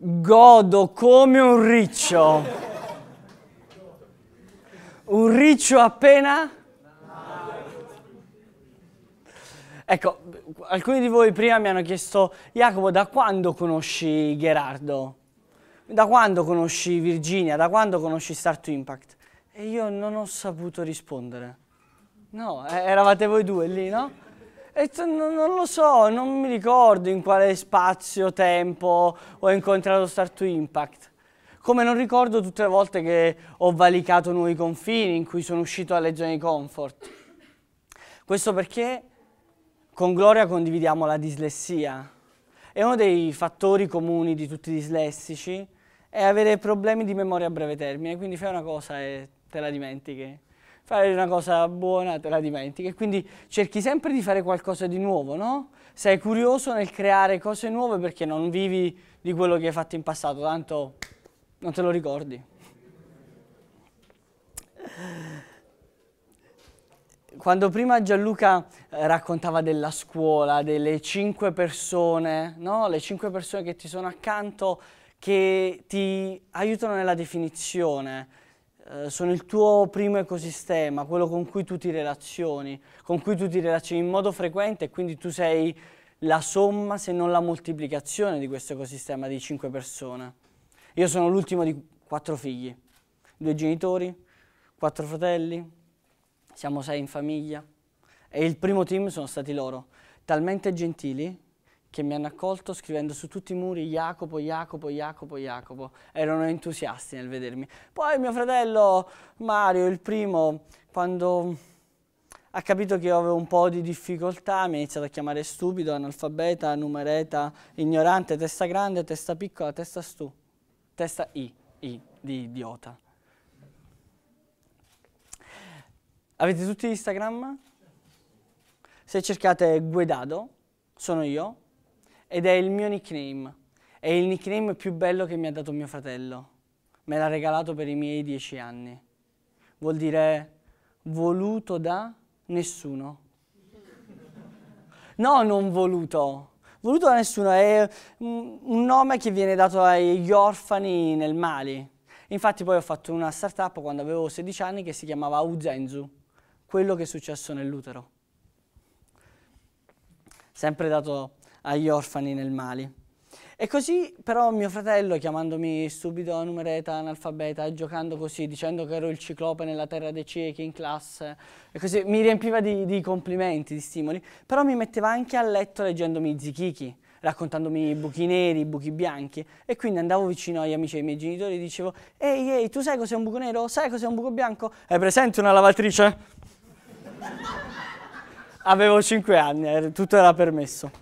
Godo come un riccio. Un riccio appena... Ecco, alcuni di voi prima mi hanno chiesto, Jacopo, da quando conosci Gherardo? Da quando conosci Virginia? Da quando conosci Start to Impact? E io non ho saputo rispondere. No, eravate voi due lì, no? E non lo so, non mi ricordo in quale spazio, tempo ho incontrato Start to Impact. Come non ricordo tutte le volte che ho valicato nuovi confini, in cui sono uscito dalle zone di comfort. Questo perché con Gloria condividiamo la dislessia. E uno dei fattori comuni di tutti i dislessici è avere problemi di memoria a breve termine, quindi fai una cosa e te la dimentichi. Fai una cosa buona, te la dimentichi. E quindi cerchi sempre di fare qualcosa di nuovo, no? Sei curioso nel creare cose nuove perché non vivi di quello che hai fatto in passato, tanto non te lo ricordi. Quando prima Gianluca raccontava della scuola, delle 5 persone, no? Le 5 persone che ti sono accanto, che ti aiutano nella definizione, sono il tuo primo ecosistema, quello con cui tu ti relazioni, in modo frequente e quindi tu sei la somma, se non la moltiplicazione di questo ecosistema di 5 persone. Io sono l'ultimo di 4 figli, 2 genitori, 4 fratelli, siamo 6 in famiglia e il primo team sono stati loro, talmente gentili che mi hanno accolto scrivendo su tutti i muri Jacopo, Jacopo, Jacopo, Jacopo. Erano entusiasti nel vedermi. Poi mio fratello Mario, il primo, quando ha capito che io avevo un po' di difficoltà, mi ha iniziato a chiamare stupido, analfabeta, numereta, ignorante, testa grande, testa piccola, testa testa I di idiota. Avete tutti Instagram? Se cercate Guedado, sono io, ed è il mio nickname. È il nickname più bello che mi ha dato mio fratello. Me l'ha regalato per i miei 10 anni. Vuol dire voluto da nessuno. No, non voluto. Voluto da nessuno. È un nome che viene dato agli orfani nel Mali. Infatti poi ho fatto una startup quando avevo 16 anni che si chiamava Uzenzu. Quello che è successo nell'utero. Sempre dato agli orfani nel Mali. E così però mio fratello, chiamandomi stupido, numereta, analfabeta, giocando così, dicendo che ero il ciclope nella terra dei ciechi in classe, e così mi riempiva di complimenti, di stimoli, però mi metteva anche a letto leggendomi i zichichi, raccontandomi i buchi neri, i buchi bianchi, e quindi andavo vicino agli amici dei miei genitori e dicevo ehi, tu sai cos'è un buco nero? Sai cos'è un buco bianco? Hai presente una lavatrice? Avevo 5 anni, tutto era permesso.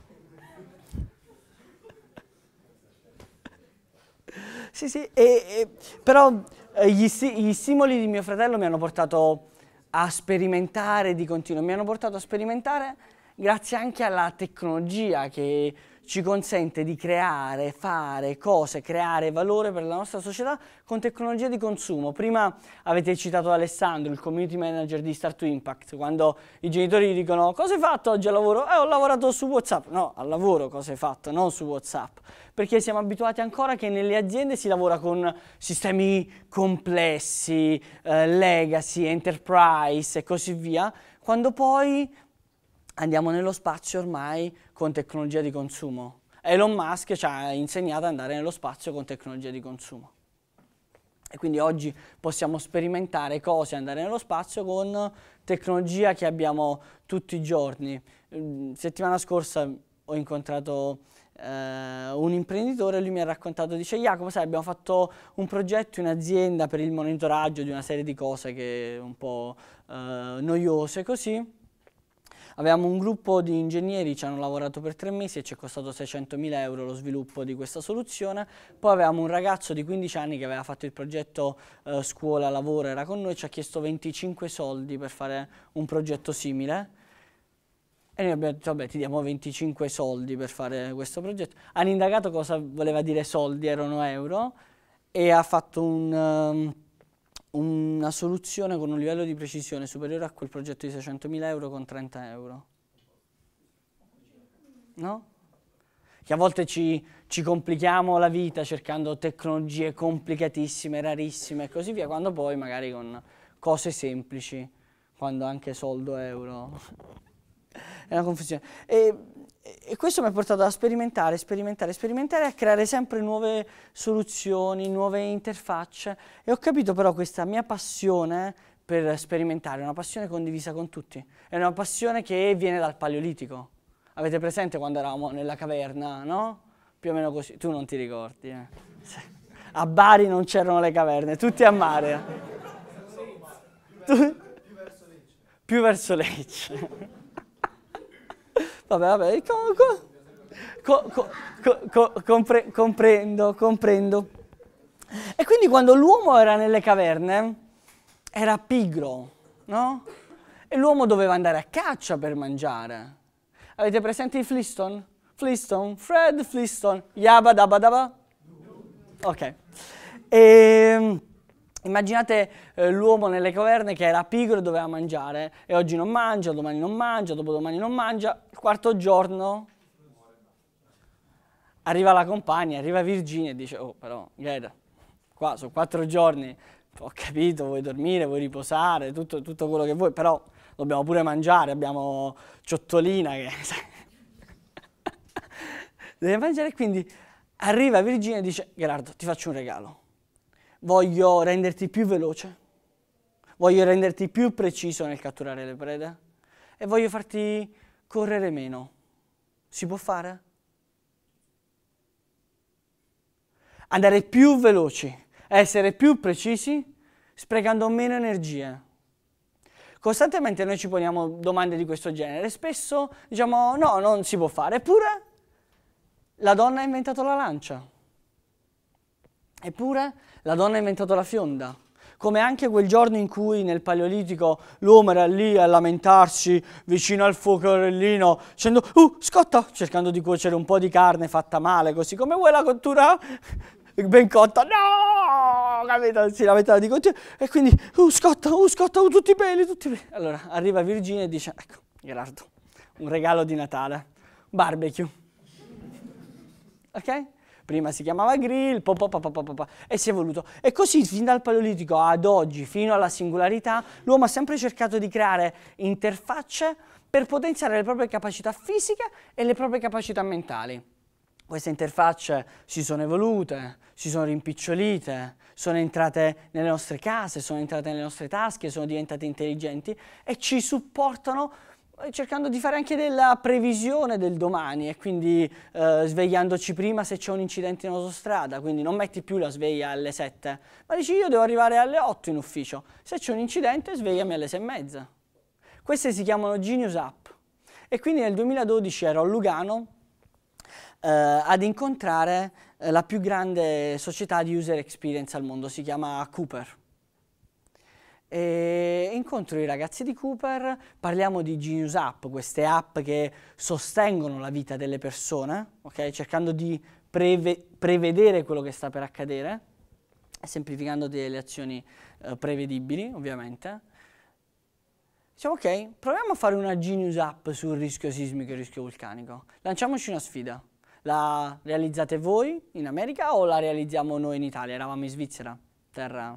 Sì, però gli stimoli di mio fratello mi hanno portato a sperimentare di continuo, mi hanno portato a sperimentare grazie anche alla tecnologia che ci consente di creare, fare cose, creare valore per la nostra società con tecnologia di consumo. Prima avete citato Alessandro, il community manager di Start to Impact, quando i genitori gli dicono cosa hai fatto oggi al lavoro? Ho lavorato su WhatsApp. No, al lavoro cosa hai fatto, non su WhatsApp. Perché siamo abituati ancora che nelle aziende si lavora con sistemi complessi, legacy, enterprise e così via, quando poi andiamo nello spazio ormai con tecnologia di consumo. Elon Musk ci ha insegnato ad andare nello spazio con tecnologia di consumo. E quindi oggi possiamo sperimentare cose, andare nello spazio con tecnologia che abbiamo tutti i giorni. Settimana scorsa ho incontrato un imprenditore e lui mi ha raccontato, dice Jacopo, sai, abbiamo fatto un progetto in azienda per il monitoraggio di una serie di cose che un po' noiose così. Avevamo un gruppo di ingegneri, ci hanno lavorato per 3 mesi e ci è costato 600.000 euro lo sviluppo di questa soluzione. Poi avevamo un ragazzo di 15 anni che aveva fatto il progetto scuola, lavoro, era con noi, ci ha chiesto 25 soldi per fare un progetto simile. E noi abbiamo detto, vabbè, ti diamo 25 soldi per fare questo progetto. Hanno indagato cosa voleva dire soldi, erano euro, e ha fatto una soluzione con un livello di precisione superiore a quel progetto di 600.000 euro con 30 euro. No? che a volte ci complichiamo la vita cercando tecnologie complicatissime, rarissime e così via, quando poi magari con cose semplici, quando anche soldo, euro, è una confusione. E questo mi ha portato a sperimentare, sperimentare, a creare sempre nuove soluzioni, nuove interfacce, e ho capito però questa mia passione per sperimentare, è una passione condivisa con tutti, è una passione che viene dal Paleolitico. Avete presente quando eravamo nella caverna, no? Più o meno così, tu non ti ricordi, eh? A Bari non c'erano le caverne, tutti a mare. Più verso Lecce. Vabbè, comprendo. E quindi quando l'uomo era nelle caverne, era pigro, no? E l'uomo doveva andare a caccia per mangiare. Avete presente i Flintstone? Flintstone, Fred Flintstone, Yabba Dabba Dabba? Ok. Immaginate l'uomo nelle caverne che era pigro e doveva mangiare, e oggi non mangia, domani non mangia, dopodomani non mangia, il quarto giorno arriva la compagna, arriva Virginia e dice: oh però, Gaeta, qua sono 4 giorni, ho capito, vuoi dormire, vuoi riposare, tutto quello che vuoi, però dobbiamo pure mangiare, abbiamo Ciottolina che... deve mangiare, quindi arriva Virginia e dice: Gerardo, ti faccio un regalo. Voglio renderti più veloce, voglio renderti più preciso nel catturare le prede e voglio farti correre meno. Si può fare? Andare più veloci, essere più precisi, sprecando meno energie. Costantemente noi ci poniamo domande di questo genere e spesso diciamo no, non si può fare. Eppure la donna ha inventato la lancia. Eppure la donna ha inventato la fionda, come anche quel giorno in cui nel Paleolitico l'uomo era lì a lamentarsi vicino al focherellino, dicendo scotta, cercando di cuocere un po' di carne fatta male, così come vuoi la cottura ben cotta, no, capito? Si lamentava di continuo, e quindi scotta, tutti i peli. Allora arriva Virginia e dice: ecco, Gerardo, un regalo di Natale, barbecue, ok? Prima si chiamava grill, e si è evoluto. E così, fin dal Paleolitico ad oggi, fino alla singolarità, l'uomo ha sempre cercato di creare interfacce per potenziare le proprie capacità fisiche e le proprie capacità mentali. Queste interfacce si sono evolute, si sono rimpicciolite, sono entrate nelle nostre case, sono entrate nelle nostre tasche, sono diventate intelligenti e ci supportano cercando di fare anche della previsione del domani, e quindi svegliandoci prima se c'è un incidente in autostrada, quindi non metti più la sveglia alle 7, ma dici: io devo arrivare alle 8 in ufficio, se c'è un incidente svegliami alle 6:30. Queste si chiamano Genius App, e quindi nel 2012 ero a Lugano ad incontrare la più grande società di user experience al mondo, si chiama Cooper. E incontro i ragazzi di Cooper, parliamo di Genius App, queste app che sostengono la vita delle persone, okay? Cercando di prevedere quello che sta per accadere, semplificando delle azioni prevedibili, ovviamente. Diciamo: ok, proviamo a fare una Genius App sul rischio sismico e il rischio vulcanico. Lanciamoci una sfida. La realizzate voi in America o la realizziamo noi in Italia? Eravamo in Svizzera, terra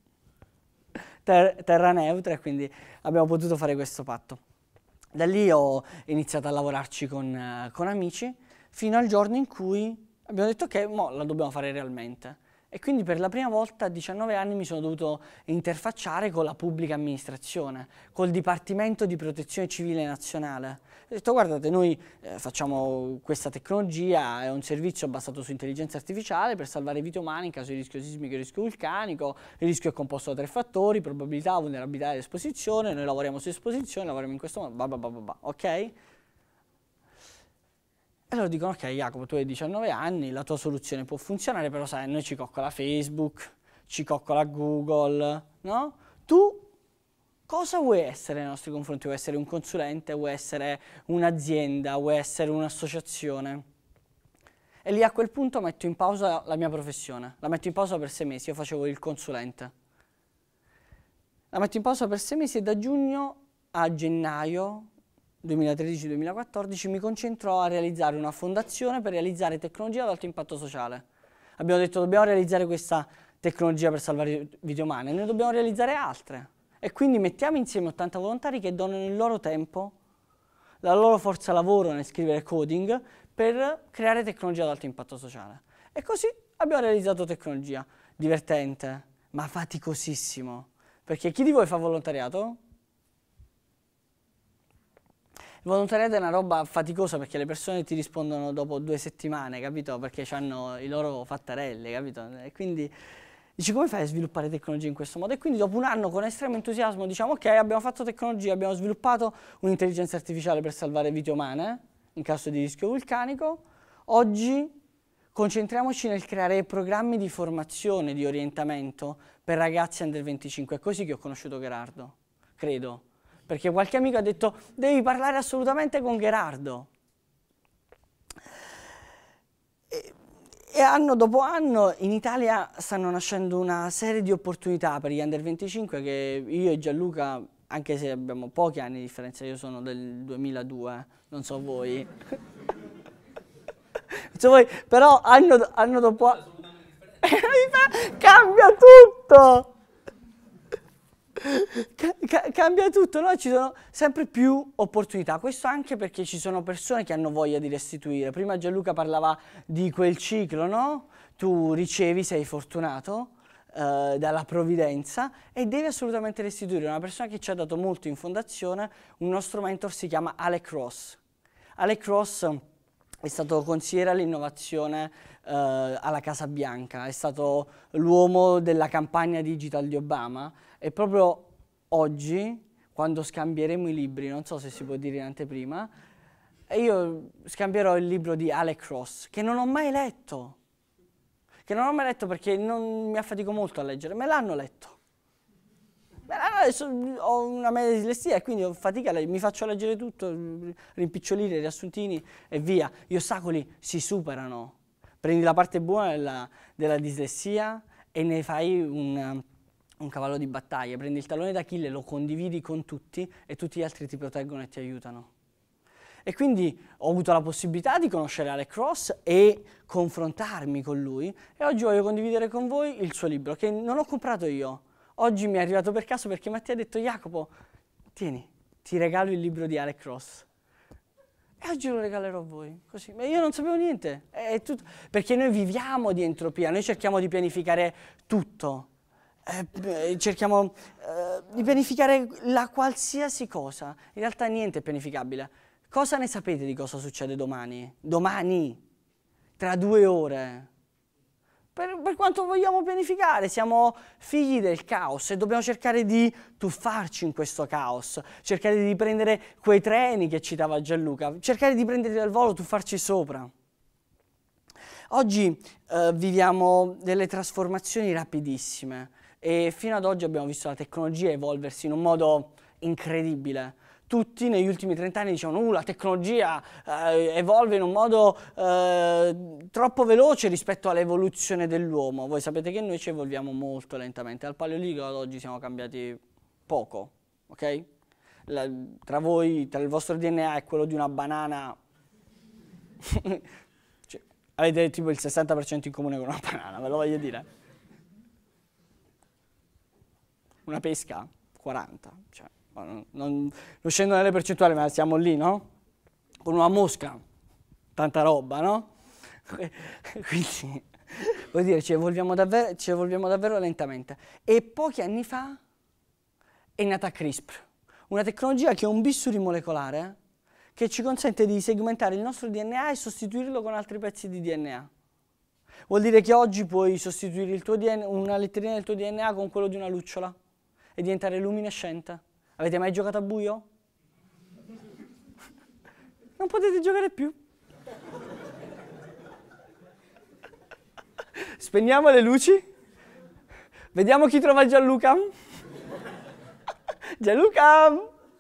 neutra, e quindi abbiamo potuto fare questo patto. Da lì ho iniziato a lavorarci con amici, fino al giorno in cui abbiamo detto: ok, mo la dobbiamo fare realmente. E quindi per la prima volta a 19 anni mi sono dovuto interfacciare con la pubblica amministrazione, col Dipartimento di Protezione Civile Nazionale. Ho detto: guardate, noi facciamo questa tecnologia, è un servizio basato su intelligenza artificiale per salvare vite umane in caso di rischio sismico e rischio vulcanico. Il rischio è composto da 3 fattori: probabilità, vulnerabilità ed esposizione. Noi lavoriamo su esposizione, lavoriamo in questo modo, ok? E loro dicono: ok Jacopo, tu hai 19 anni, la tua soluzione può funzionare, però sai, noi ci coccola Facebook, ci coccola Google, no? Tu cosa vuoi essere nei nostri confronti? Vuoi essere un consulente? Vuoi essere un'azienda? Vuoi essere un'associazione? E lì a quel punto metto in pausa la mia professione, la metto in pausa per 6 mesi, io facevo il consulente. La metto in pausa per 6 mesi e da giugno a gennaio 2013-2014, mi concentrò a realizzare una fondazione per realizzare tecnologia ad alto impatto sociale. Abbiamo detto dobbiamo realizzare questa tecnologia per salvare vite umane, ne dobbiamo realizzare altre. E quindi mettiamo insieme 80 volontari che donano il loro tempo, la loro forza lavoro nel scrivere coding per creare tecnologia ad alto impatto sociale. E così abbiamo realizzato tecnologia divertente, ma faticosissimo. Perché chi di voi fa volontariato? Il volontariato è una roba faticosa perché le persone ti rispondono dopo 2 settimane, capito? Perché hanno i loro fattarelli, capito? E quindi dici come fai a sviluppare tecnologia in questo modo? E quindi dopo un anno con estremo entusiasmo diciamo ok, abbiamo fatto tecnologia, abbiamo sviluppato un'intelligenza artificiale per salvare vite umane in caso di rischio vulcanico. Oggi concentriamoci nel creare programmi di formazione, di orientamento per ragazzi under 25. È così che ho conosciuto Gherardo, credo. Perché qualche amico ha detto devi parlare assolutamente con Gherardo. E anno dopo anno in Italia stanno nascendo una serie di opportunità per gli under 25 che io e Gianluca, anche se abbiamo pochi anni di differenza, io sono del 2002, non so voi. Non so voi, però anno dopo anno cambia tutto! Cambia tutto, no? Ci sono sempre più opportunità, questo anche perché ci sono persone che hanno voglia di restituire. Prima Gianluca parlava di quel ciclo, no? Tu ricevi, sei fortunato dalla provvidenza e devi assolutamente restituire. Una persona che ci ha dato molto in fondazione, un nostro mentor si chiama Alec Ross. Alec Ross è stato consigliere all'innovazione alla Casa Bianca, è stato l'uomo della campagna digital di Obama e proprio oggi, quando scambieremo i libri, non so se si può dire in anteprima, io scambierò il libro di Alec Ross, che non ho mai letto, perché non mi affatico molto a leggere, me l'hanno letto. Ho una media dislessia e quindi ho fatica, mi faccio leggere tutto, rimpicciolire, riassuntini e via. Gli ostacoli si superano. Prendi la parte buona della dislessia e ne fai un cavallo di battaglia. Prendi il tallone d'Achille, lo condividi con tutti e tutti gli altri ti proteggono e ti aiutano. E quindi ho avuto la possibilità di conoscere Alec Ross e confrontarmi con lui e oggi voglio condividere con voi il suo libro che non ho comprato io. Oggi mi è arrivato per caso perché Mattia ha detto Jacopo, tieni, ti regalo il libro di Alec Ross. E oggi lo regalerò a voi, così. Ma io non sapevo niente, è tutto. Perché noi viviamo di entropia, noi cerchiamo di pianificare tutto. Cerchiamo di pianificare la qualsiasi cosa. In realtà niente è pianificabile. Cosa ne sapete di cosa succede domani? Domani, tra 2 ore. Per quanto vogliamo pianificare, siamo figli del caos e dobbiamo cercare di tuffarci in questo caos, cercare di prendere quei treni che citava Gianluca, cercare di prenderli al volo, tuffarci sopra. Oggi viviamo delle trasformazioni rapidissime e fino ad oggi abbiamo visto la tecnologia evolversi in un modo incredibile. Tutti negli ultimi 30 anni dicevano la tecnologia evolve in un modo troppo veloce rispetto all'evoluzione dell'uomo. Voi sapete che noi ci evolviamo molto lentamente. Dal Paleolitico ad oggi siamo cambiati poco, ok? Tra voi, tra il vostro DNA e quello di una banana, cioè, avete tipo il 60% in comune con una banana, ve lo voglio dire. Una pesca, 40, cioè. Non scendo nelle percentuali, ma siamo lì, no? Con una mosca, tanta roba, no? Quindi, vuol dire, ci evolviamo davvero lentamente. E pochi anni fa è nata CRISPR, una tecnologia che è un bisturi molecolare che ci consente di segmentare il nostro DNA e sostituirlo con altri pezzi di DNA. Vuol dire che oggi puoi sostituire il tuo DNA, una letterina del tuo DNA con quello di una lucciola e diventare luminescente. Avete mai giocato a buio? Non potete giocare più. Spegniamo le luci. Vediamo chi trova Gianluca. Gianluca!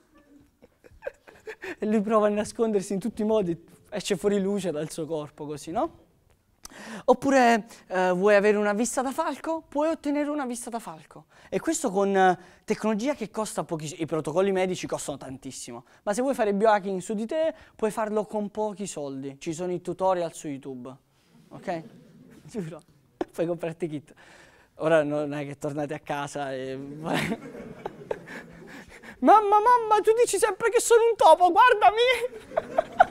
E lui prova a nascondersi in tutti i modi. Esce fuori luce dal suo corpo, così, no? Oppure vuoi avere una vista da falco? Puoi ottenere una vista da falco. E questo con tecnologia che costa pochissimo. I protocolli medici costano tantissimo. Ma se vuoi fare biohacking su di te, puoi farlo con pochi soldi. Ci sono i tutorial su YouTube. Ok? Giuro. Puoi comprarti kit. Ora non è che tornate a casa e... mamma, tu dici sempre che sono un topo, guardami!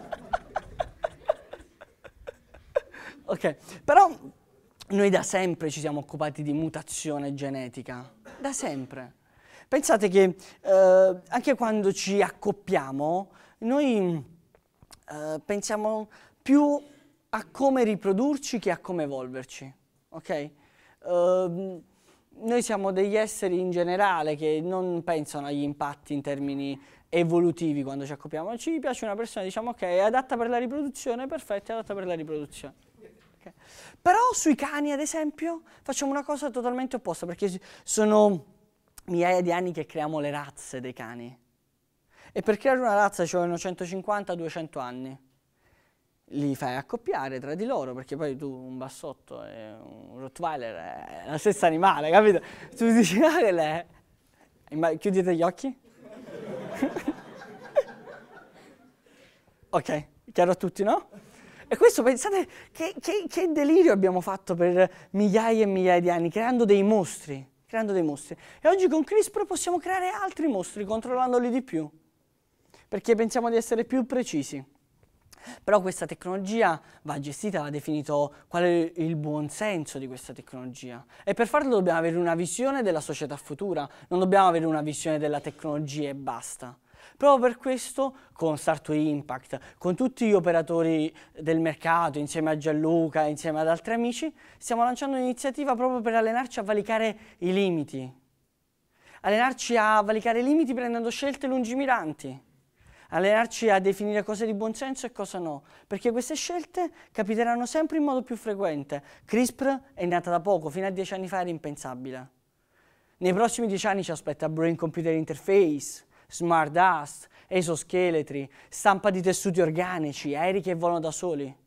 Ok, però noi da sempre ci siamo occupati di mutazione genetica, da sempre. Pensate che anche quando ci accoppiamo, noi pensiamo più a come riprodurci che a come evolverci, ok? Noi siamo degli esseri in generale che non pensano agli impatti in termini evolutivi quando ci accoppiamo. Ci piace una persona, diciamo ok, è adatta per la riproduzione, perfetto, è adatta per la riproduzione. Okay. Però sui cani, ad esempio, facciamo una cosa totalmente opposta, perché sono migliaia di anni che creiamo le razze dei cani. E per creare una razza ci vogliono 150-200 anni. Li fai accoppiare tra di loro, perché poi tu un bassotto e un Rottweiler è lo stesso animale, capito? Tu dici, ah, che l'è? Chiudete gli occhi. Ok, chiaro a tutti, no? E questo, pensate, che delirio abbiamo fatto per migliaia e migliaia di anni, creando dei mostri. E oggi con CRISPR possiamo creare altri mostri, controllandoli di più, perché pensiamo di essere più precisi. Però questa tecnologia va gestita, va definito qual è il buon senso di questa tecnologia. E per farlo dobbiamo avere una visione della società futura, non dobbiamo avere una visione della tecnologia e basta. Proprio per questo, con Start to Impact, con tutti gli operatori del mercato, insieme a Gianluca, insieme ad altri amici, stiamo lanciando un'iniziativa proprio per allenarci a valicare i limiti. Allenarci a valicare i limiti prendendo scelte lungimiranti. Allenarci a definire cosa di buon senso e cosa no, perché queste scelte capiteranno sempre in modo più frequente. CRISPR è nata da poco, fino a 10 anni fa era impensabile. Nei prossimi 10 anni ci aspetta Brain-Computer Interface, Smart Dust, esoscheletri, stampa di tessuti organici, aerei che volano da soli.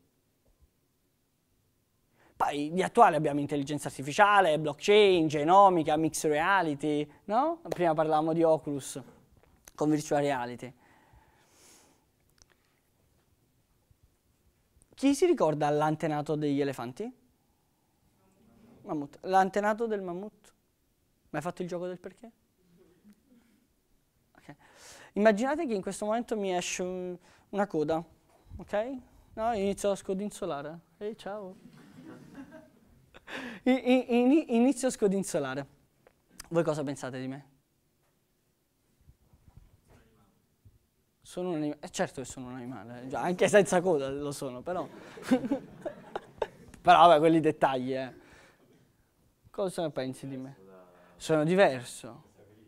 Poi di attuale abbiamo intelligenza artificiale, blockchain, genomica, mixed reality, no? Prima parlavamo di Oculus con virtual reality. Chi si ricorda l'antenato degli elefanti? Mammut. L'antenato del mammut? Mai fatto il gioco del perché? Okay. Immaginate che in questo momento mi esce una coda, ok? No, inizio a scodinzolare. Ehi, ciao. Inizio a scodinzolare. Voi cosa pensate di me? Sono un animale, certo che sono un animale, anche senza coda lo sono, però. Però vabbè, quelli dettagli, Cosa pensi di me? Sono diverso.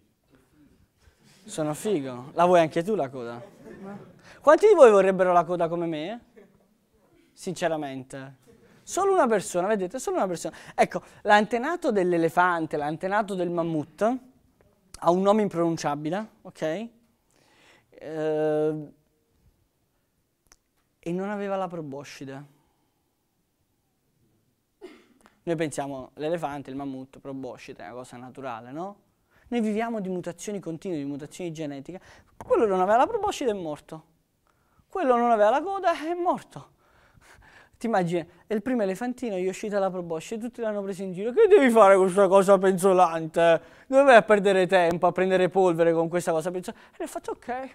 Sono figo. La vuoi anche tu la coda? Quanti di voi vorrebbero la coda come me? Sinceramente. Solo una persona, vedete? Solo una persona. Ecco, l'antenato dell'elefante, l'antenato del mammut ha un nome impronunciabile, ok? E non aveva la proboscide. Noi pensiamo l'elefante, il mammut, proboscide, è una cosa naturale, no? Noi viviamo di mutazioni continue, di mutazioni genetiche. Quello non aveva la proboscide, è morto. Quello non aveva la coda, è morto. Ti immagini, è il primo elefantino, gli è uscita la proboscide, tutti l'hanno preso in giro. Che devi fare con questa cosa penzolante? Dove vai a perdere tempo, a prendere polvere con questa cosa penzolante? E gli ho fatto ok.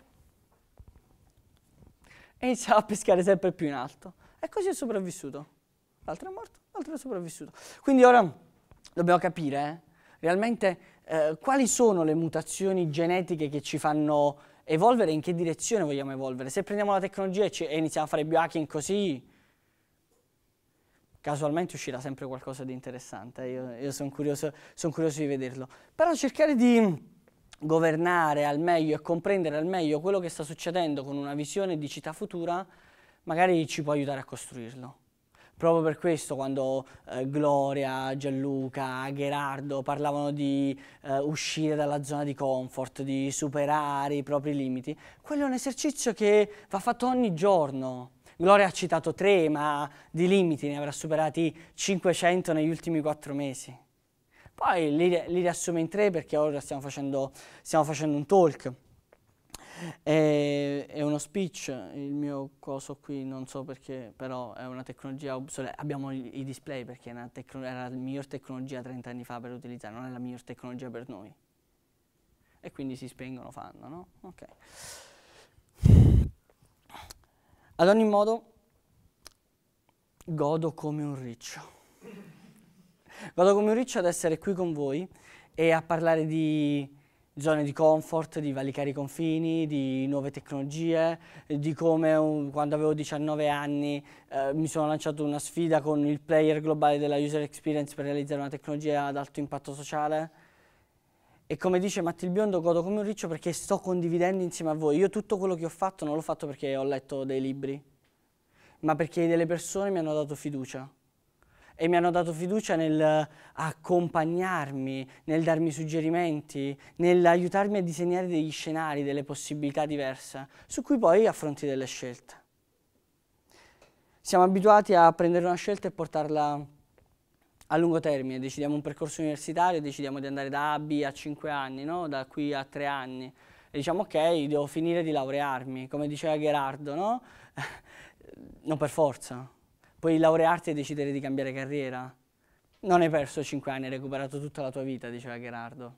E iniziava a pescare sempre più in alto. E così è sopravvissuto. L'altro è morto, l'altro è sopravvissuto. Quindi ora dobbiamo capire realmente quali sono le mutazioni genetiche che ci fanno evolvere e in che direzione vogliamo evolvere. Se prendiamo la tecnologia e iniziamo a fare biohacking così, casualmente uscirà sempre qualcosa di interessante. Io sono curioso di vederlo. Però cercare di governare al meglio e comprendere al meglio quello che sta succedendo con una visione di città futura, magari ci può aiutare a costruirlo. Proprio per questo quando Gloria, Gianluca, Gerardo parlavano di uscire dalla zona di comfort, di superare i propri limiti, quello è un esercizio che va fatto ogni giorno. Gloria ha citato 3, ma di limiti ne avrà superati 500 negli ultimi 4 mesi. Poi li riassume in 3 perché ora stiamo facendo un talk. È uno speech, il mio coso qui non so perché, però è una tecnologia obsoleta. Abbiamo i display perché era la miglior tecnologia 30 anni fa per utilizzare, non è la miglior tecnologia per noi. E quindi si spengono, fanno, no? Ok. Ad ogni modo, godo come un riccio. Godo come un riccio ad essere qui con voi e a parlare di zone di comfort, di valicare i confini, di nuove tecnologie, di come quando avevo 19 anni mi sono lanciato una sfida con il player globale della user experience per realizzare una tecnologia ad alto impatto sociale. E come dice Mattil Biondo, godo come un riccio perché sto condividendo insieme a voi. Io tutto quello che ho fatto non l'ho fatto perché ho letto dei libri, ma perché delle persone mi hanno dato fiducia. E mi hanno dato fiducia nel accompagnarmi, nel darmi suggerimenti, nell'aiutarmi a disegnare degli scenari, delle possibilità diverse, su cui poi affronti delle scelte. Siamo abituati a prendere una scelta e portarla a lungo termine, decidiamo un percorso universitario, decidiamo di andare da A a B a 5 anni, no? Da qui a 3 anni, e diciamo ok, devo finire di laurearmi, come diceva Gherardo, no? Non per forza. Puoi laurearti e decidere di cambiare carriera. Non hai perso 5 anni, hai recuperato tutta la tua vita, diceva Gherardo.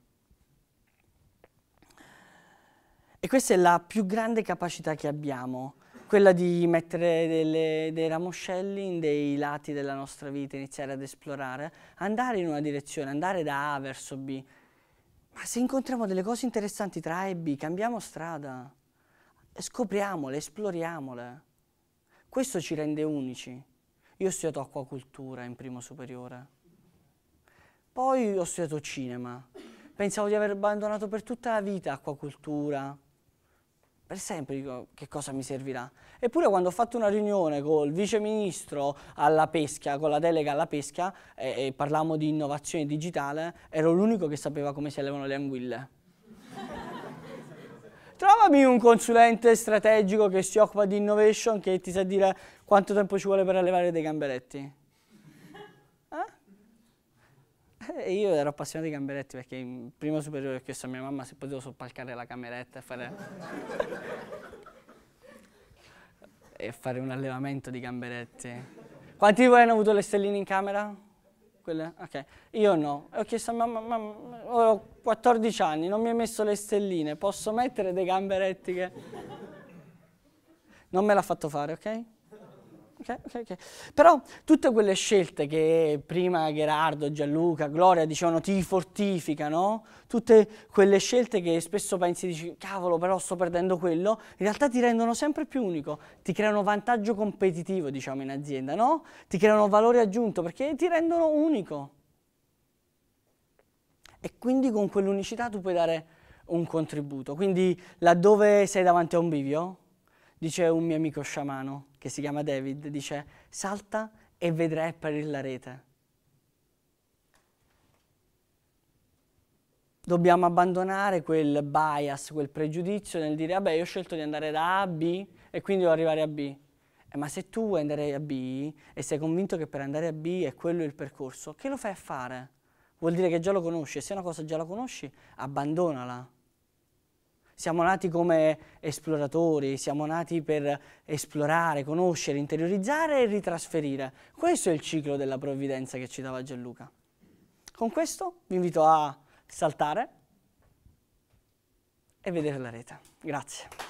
E questa è la più grande capacità che abbiamo, quella di mettere dei ramoscelli in dei lati della nostra vita, iniziare ad esplorare, andare in una direzione, andare da A verso B. Ma se incontriamo delle cose interessanti tra A e B, cambiamo strada, scopriamole, esploriamole. Questo ci rende unici. Io ho studiato acquacultura in primo superiore, poi ho studiato cinema, pensavo di aver abbandonato per tutta la vita acquacultura, per sempre dico che cosa mi servirà. Eppure quando ho fatto una riunione col vice ministro alla pesca, con la delega alla pesca, e parlavamo di innovazione digitale, ero l'unico che sapeva come si allevano le anguille. Trovami un consulente strategico che si occupa di innovation che ti sa dire quanto tempo ci vuole per allevare dei gamberetti. E io ero appassionato di gamberetti perché in primo superiore ho chiesto a mia mamma se potevo soppalcare la cameretta e fare un allevamento di gamberetti. Quanti di voi hanno avuto le stelline in camera? Quelle? Ok. Io no. E ho chiesto a mamma, ho 14 anni, non mi hai messo le stelline, posso mettere dei gamberetti che... Non me l'ha fatto fare, ok? Ok. Però tutte quelle scelte che prima Gherardo, Gianluca, Gloria dicevano ti fortificano, tutte quelle scelte che spesso pensi, dici cavolo però sto perdendo quello, in realtà ti rendono sempre più unico, ti creano vantaggio competitivo diciamo in azienda, no? Ti creano valore aggiunto perché ti rendono unico. E quindi con quell'unicità tu puoi dare un contributo. Quindi laddove sei davanti a un bivio, dice un mio amico sciamano, che si chiama David, dice salta e vedrai apparire la rete. Dobbiamo abbandonare quel bias, quel pregiudizio nel dire vabbè io ho scelto di andare da A a B e quindi devo arrivare a B. Ma se tu vuoi andare a B e sei convinto che per andare a B è quello il percorso, che lo fai a fare? Vuol dire che già lo conosci e se una cosa già la conosci, abbandonala. Siamo nati come esploratori, siamo nati per esplorare, conoscere, interiorizzare e ritrasferire. Questo è il ciclo della provvidenza che ci dava Gianluca. Con questo vi invito a saltare e vedere la rete. Grazie.